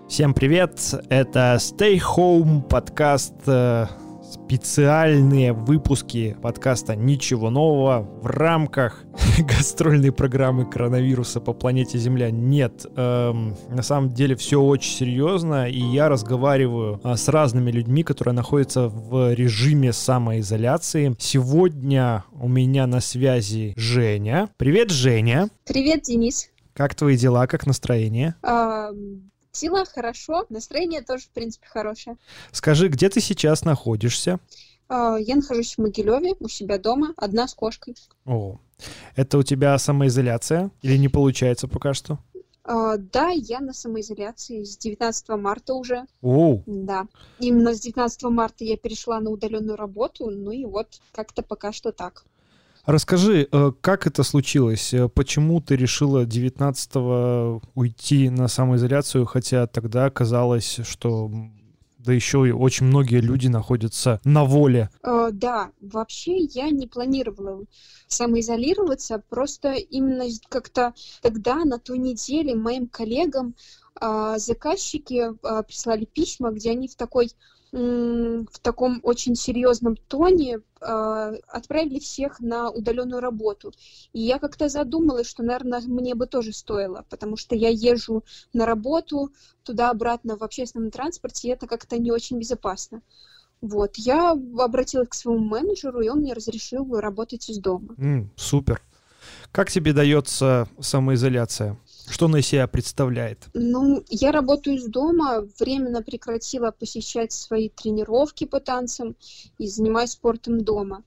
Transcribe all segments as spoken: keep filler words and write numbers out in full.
Всем привет, это Stay Home подкаст, специальные выпуски подкаста «Ничего нового» в рамках гастрольной программы коронавируса по планете Земля. Нет, эм, на самом деле все очень серьезно, и я разговариваю э, с разными людьми, которые находятся в режиме самоизоляции. Сегодня у меня на связи Женя. Привет, Женя. Привет, Денис. Как твои дела, как настроение? А... Дела хорошо, настроение тоже, в принципе, хорошее. Скажи, где ты сейчас находишься? Я нахожусь в Могилеве, у себя дома, одна с кошкой. О, это у тебя самоизоляция или не получается пока что? Да, я на самоизоляции с девятнадцатого марта уже. Оу. Да, именно с девятнадцатого марта я перешла на удаленную работу, ну и вот как-то пока что так. Расскажи, как это случилось? Почему ты решила девятнадцатого уйти на самоизоляцию, хотя тогда казалось, что да еще и очень многие люди находятся на воле? Uh, да, вообще я не планировала самоизолироваться, просто именно как-то тогда, на той неделе, моим коллегам uh, заказчики uh, прислали письма, где они в такой в таком очень серьезном тоне э, отправили всех на удаленную работу. И я как-то задумалась, что, наверное, мне бы тоже стоило, потому что я езжу на работу туда-обратно в общественном транспорте, и это как-то не очень безопасно. Вот. Я обратилась к своему менеджеру, и он мне разрешил работать из дома. Mm, супер. Как тебе дается самоизоляция? Что она из себя представляет? Ну, я работаю из дома, временно прекратила посещать свои тренировки по танцам и занимаюсь спортом дома.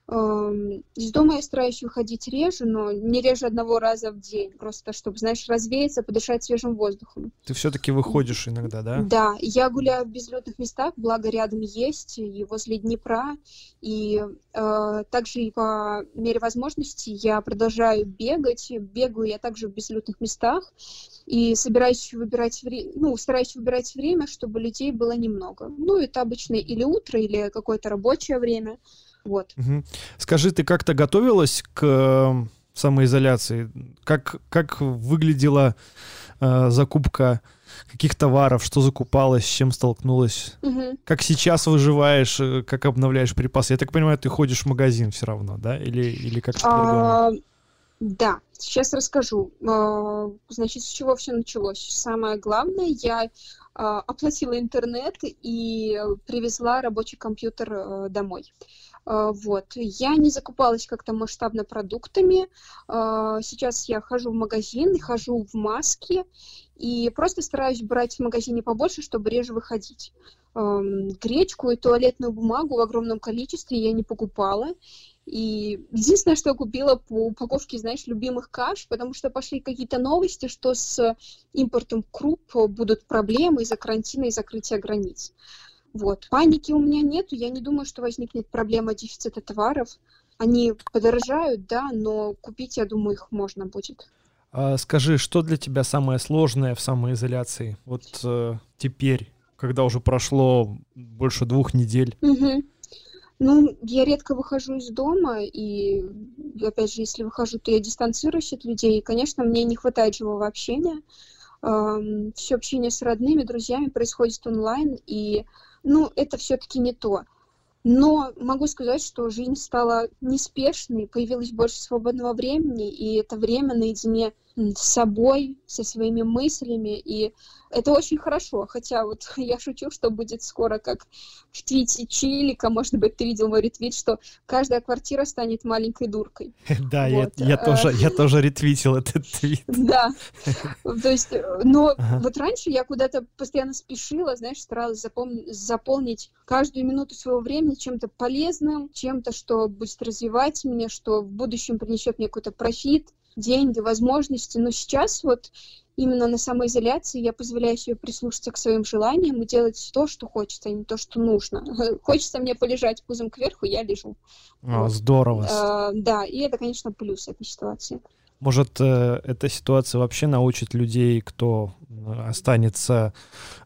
Из дома я стараюсь выходить реже, но не реже одного раза в день, просто чтобы, знаешь, развеяться, подышать свежим воздухом. Ты все-таки выходишь иногда, да? Да, я гуляю в безлюдных местах, благо рядом есть, и возле Днепра, и э, также и по мере возможности я продолжаю бегать, бегаю я также в безлюдных местах, и собираюсь выбирать время, ну, стараюсь выбирать время, чтобы людей было немного. Ну, это обычно или утро, или какое-то рабочее время. Вот. Угу. Скажи, ты как-то готовилась к самоизоляции? Как, как выглядела э, закупка каких товаров, что закупалась, с чем столкнулась? Угу. Как сейчас выживаешь, как обновляешь припасы? Я так понимаю, ты ходишь в магазин все равно, да? Или, или как-то а, Да, сейчас расскажу. А, значит, с чего все началось? Самое главное, я а, оплатила интернет и привезла рабочий компьютер а, домой. Вот. Я не закупалась как-то масштабно продуктами. Сейчас я хожу в магазин, хожу в маске и просто стараюсь брать в магазине побольше, чтобы реже выходить. Гречку и туалетную бумагу в огромном количестве я не покупала. И единственное, что я купила по упаковке, знаешь, любимых каш, потому что пошли какие-то новости, что с импортом круп будут проблемы из-за карантина и закрытия границ. Вот. Паники у меня нету, я не думаю, что возникнет проблема дефицита товаров. Они подорожают, да, но купить, я думаю, их можно будет. А скажи, что для тебя самое сложное в самоизоляции? Вот э, теперь, когда уже прошло больше двух недель. Угу. Ну, я редко выхожу из дома, и, опять же, если выхожу, то я дистанцируюсь от людей. И, конечно, мне не хватает живого общения. Эм, все общение с родными, друзьями происходит онлайн, и ну, это все-таки не то. Но могу сказать, что жизнь стала неспешной, появилось больше свободного времени, и это время наедине с собой, со своими мыслями, и это очень хорошо. Хотя вот я шучу, что будет скоро, как в твите Чилика, может быть, ты видел мой ретвит, что каждая квартира станет маленькой дуркой. Да, я, я, тоже, я тоже ретвитил этот твит. Да, то есть, но вот раньше я куда-то постоянно спешила, знаешь, старалась заполнить каждую минуту своего времени чем-то полезным, чем-то, что будет развивать меня, что в будущем принесет мне какой-то профит, деньги, возможности. Но сейчас вот именно на самоизоляции я позволяю себе прислушаться к своим желаниям и делать то, что хочется, а не то, что нужно. Хочется мне полежать пузом кверху, я лежу. О, вот. Здорово. А, да, и это, конечно, плюс этой ситуации. Может, эта ситуация вообще научит людей, кто останется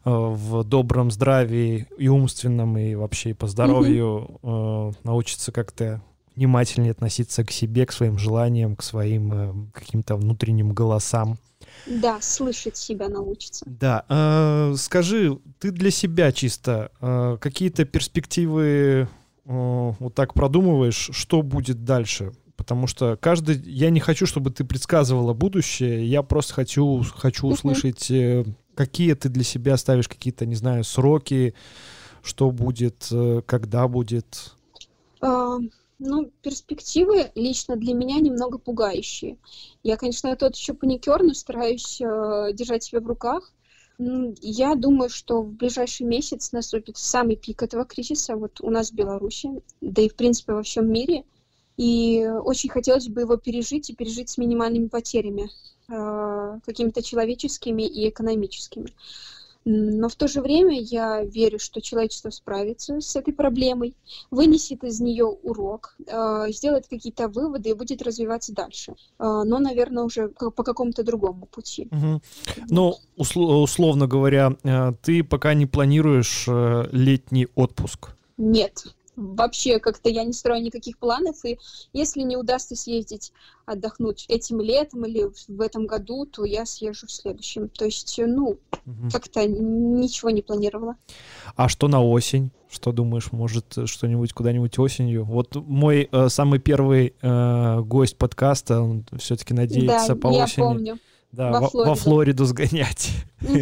в добром здравии и умственном, и вообще по здоровью, mm-hmm. научится как-то внимательнее относиться к себе, к своим желаниям, к своим э, каким-то внутренним голосам. Да, слышать себя научиться. Да. Э, скажи, ты для себя чисто э, какие-то перспективы э, вот так продумываешь, что будет дальше? Потому что каждый... Я не хочу, чтобы ты предсказывала будущее, я просто хочу, хочу услышать, э, какие ты для себя ставишь какие-то, не знаю, сроки, что будет, э, когда будет... А, ну, перспективы лично для меня немного пугающие. Я, конечно, тот еще паникер, но стараюсь э, держать себя в руках. Я думаю, что в ближайший месяц наступит самый пик этого кризиса вот у нас в Беларуси, да и, в принципе, во всем мире. И очень хотелось бы его пережить и пережить с минимальными потерями, э, какими-то человеческими и экономическими. Но в то же время я верю, что человечество справится с этой проблемой, вынесет из нее урок, э, сделает какие-то выводы и будет развиваться дальше. Э, но, наверное, уже по какому-то другому пути. Угу. Ну, усл- условно говоря, э, ты пока не планируешь э, летний отпуск? Нет. Вообще как-то я не строю никаких планов, и если не удастся съездить отдохнуть этим летом или в этом году, то я съезжу в следующем. То есть, ну, угу. как-то ничего не планировала. А что на осень? Что думаешь, может что-нибудь куда-нибудь осенью? Вот мой э, самый первый э, гость подкаста, он все-таки надеется да, по я осени. Помню. Да, во, во, Флориду. во Флориду сгонять.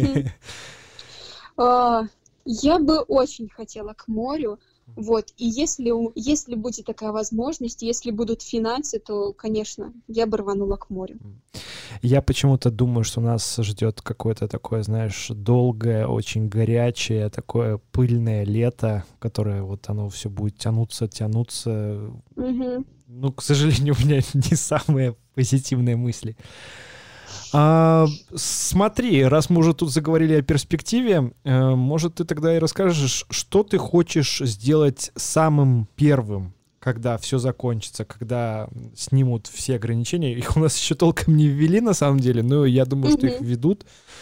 Я бы очень хотела к морю. Вот, и если, если будет такая возможность, если будут финансы, то, конечно, я бы рванула к морю. Я почему-то думаю, что нас ждет какое-то такое, знаешь, долгое, очень горячее, такое пыльное лето, которое вот оно все будет тянуться, тянуться. Угу. Ну, к сожалению, у меня не самые позитивные мысли. А, смотри, раз мы уже тут заговорили о перспективе, э, может, ты тогда и расскажешь, что ты хочешь сделать самым первым, когда все закончится, когда снимут все ограничения. Их у нас еще толком не ввели, на самом деле, но я думаю, mm-hmm. что их введут.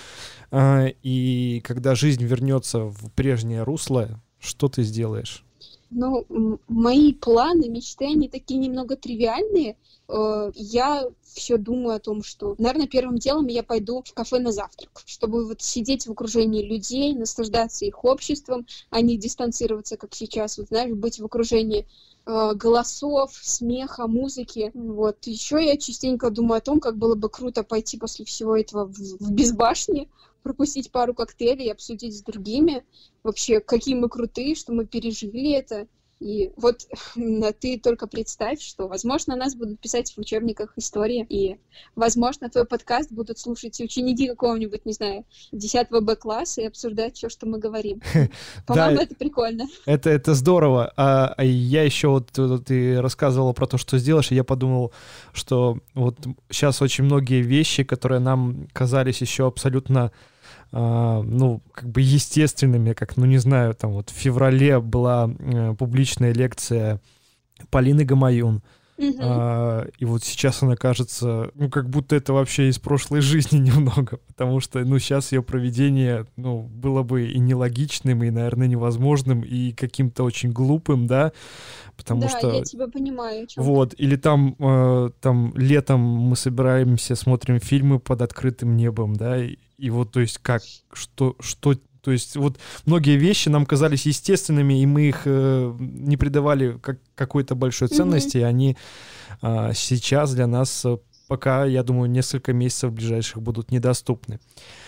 А, и когда жизнь вернется в прежнее русло, что ты сделаешь? Ну, м- мои планы, мечты, они такие немного тривиальные. Э- я все думаю о том, что, наверное, первым делом я пойду в кафе на завтрак, чтобы вот сидеть в окружении людей, наслаждаться их обществом, а не дистанцироваться, как сейчас, вот, знаешь, быть в окружении э, голосов, смеха, музыки. Вот. Еще я частенько думаю о том, как было бы круто пойти после всего этого в, в безбашни, пропустить пару коктейлей, обсудить с другими, вообще, какие мы крутые, что мы пережили это. И вот ты только представь, что, возможно, нас будут писать в учебниках истории, и, возможно, твой подкаст будут слушать ученики какого-нибудь, не знаю, десятого Б-класса и обсуждать все, что мы говорим. По-моему, это прикольно. Это, это здорово. А я еще вот ты рассказывала про то, что сделаешь, и я подумал, что вот сейчас очень многие вещи, которые нам казались еще абсолютно Uh, ну, как бы естественными, как, ну, не знаю, там вот в феврале была uh, публичная лекция Полины Гамаюн, mm-hmm. uh, и вот сейчас она кажется, ну, как будто это вообще из прошлой жизни немного, потому что, ну, сейчас ее проведение, ну, было бы и нелогичным, и, наверное, невозможным, и каким-то очень глупым, да, потому да, что... я тебя понимаю. Вот, или там, э, там летом мы собираемся, смотрим фильмы под открытым небом, да, и, и вот, то есть, как, что, что, то есть, вот многие вещи нам казались естественными, и мы их э, не придавали как, какой-то большой ценности, mm-hmm. и они э, сейчас для нас э, пока, я думаю, несколько месяцев ближайших будут недоступны.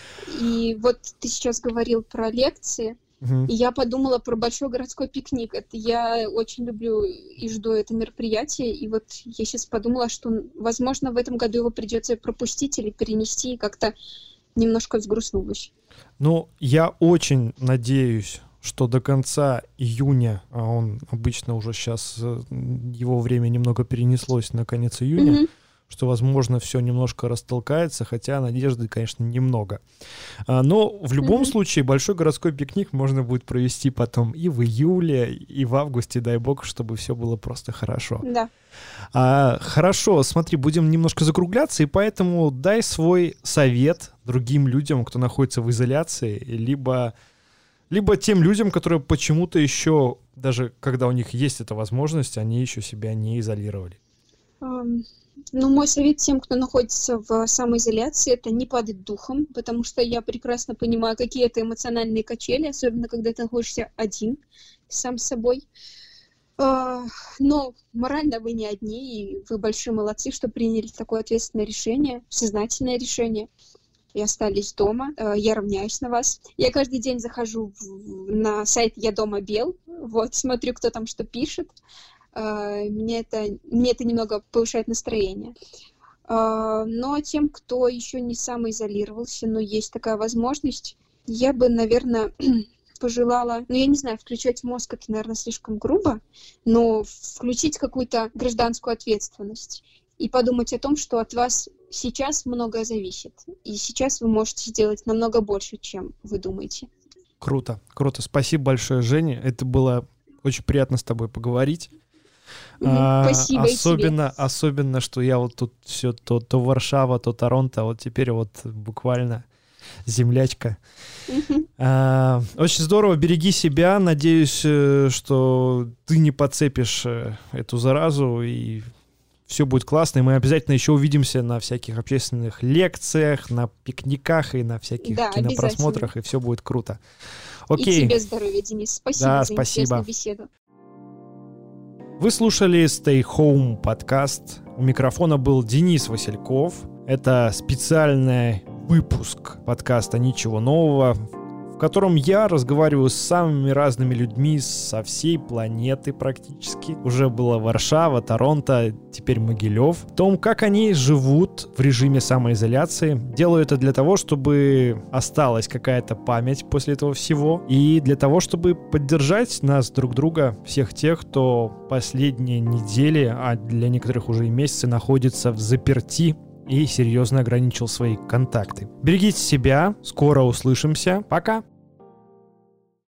И вот ты сейчас говорил про лекции, Uh-huh. и я подумала про большой городской пикник. Это я очень люблю и жду это мероприятие. И вот я сейчас подумала, что, возможно, в этом году его придется пропустить или перенести, и как-то немножко взгрустнулась. Ну, я очень надеюсь, что до конца июня, а он обычно уже сейчас, его время немного перенеслось на конец июня, uh-huh. что, возможно, все немножко растолкается, хотя надежды, конечно, немного. Но в любом mm-hmm. случае большой городской пикник можно будет провести потом и в июле, и в августе, дай бог, чтобы все было просто хорошо. Да. А, хорошо, смотри, будем немножко закругляться, и поэтому дай свой совет другим людям, кто находится в изоляции, либо либо тем людям, которые почему-то еще, даже когда у них есть эта возможность, они еще себя не изолировали? Um... Ну, мой совет тем, кто находится в самоизоляции, это не падать духом, потому что я прекрасно понимаю, какие это эмоциональные качели, особенно когда ты находишься один, сам с собой. Но морально вы не одни, и вы большие молодцы, что приняли такое ответственное решение, сознательное решение, и остались дома. Я равняюсь на вас. Я каждый день захожу на сайт «Я дома Бел», вот, смотрю, кто там что пишет. Мне это, мне это немного повышает настроение. Но тем, кто еще не самоизолировался, но есть такая возможность, я бы, наверное, пожелала, ну, я не знаю, включать мозг, это, наверное, слишком грубо, но включить какую-то гражданскую ответственность и подумать о том, что от вас сейчас многое зависит, и сейчас вы можете сделать намного больше, чем вы думаете. Круто, круто. Спасибо большое, Женя. Это было очень приятно с тобой поговорить. Спасибо, а, особенно, и тебе. особенно, что я вот тут все то, то Варшава, то Торонто, а вот теперь вот буквально землячка. А, очень здорово, береги себя. Надеюсь, что ты не подцепишь эту заразу, и все будет классно. И мы обязательно еще увидимся на всяких общественных лекциях, на пикниках и на всяких да, кинопросмотрах, и все будет круто. Окей. И тебе здоровья, Денис. Спасибо да, за спасибо. интересную беседу. Вы слушали Stay Home подкаст. У микрофона был Денис Васильков. Это специальный выпуск подкаста «Ничего нового», в котором я разговариваю с самыми разными людьми со всей планеты практически. Уже было Варшава, Торонто, теперь Могилев. О том, как они живут в режиме самоизоляции. Делаю это для того, чтобы осталась какая-то память после этого всего. И для того, чтобы поддержать нас друг друга, всех тех, кто последние недели, а для некоторых уже и месяцы, находится в заперти и серьезно ограничил свои контакты. Берегите себя, скоро услышимся, пока!